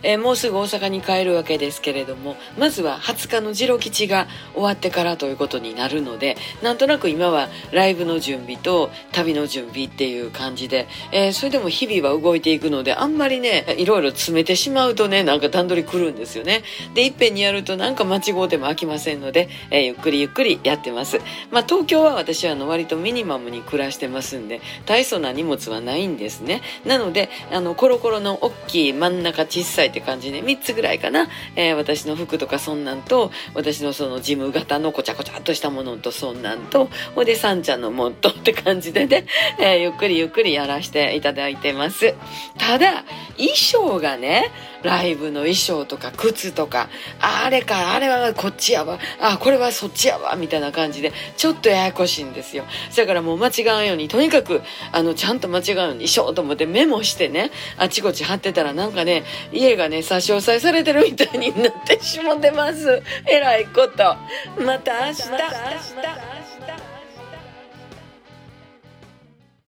もうすぐ大阪に帰るわけですけれども、まずは20日のジロ吉が終わってからということになるので、なんとなく今はライブの準備と旅の準備っていう感じで、それでも日々は動いていくので、あんまりねいろいろ詰めてしまうとね、なんか段取りくるんですよね。でいっぺんにやるとなんか間違うても飽きませんので、ゆっくりゆっくりやってます。東京は私は割とミニマムに暮らしてますんで、大層な荷物はないんですね。なのでコロコロの大きい真ん中小さいって感じで3つぐらいかな、私の服とかそんなんと、私のそのジム型のこちゃこちゃっとしたものとそんなんと、ほいでサンちゃんのもんとって感じでね、ゆっくりゆっくりやらせていただいてます。ただ衣装がね、ライブの衣装とか靴とか、あれかあれはこっちやわ、これはそっちやわみたいな感じでちょっとややこしいんですよ。だからもう間違うように、とにかくちゃんと間違うようにしようと思ってメモしてね、あちこち貼ってたらなんかね、家がね差し押さえされてるみたいになってしもてます。えらいこと。また明日。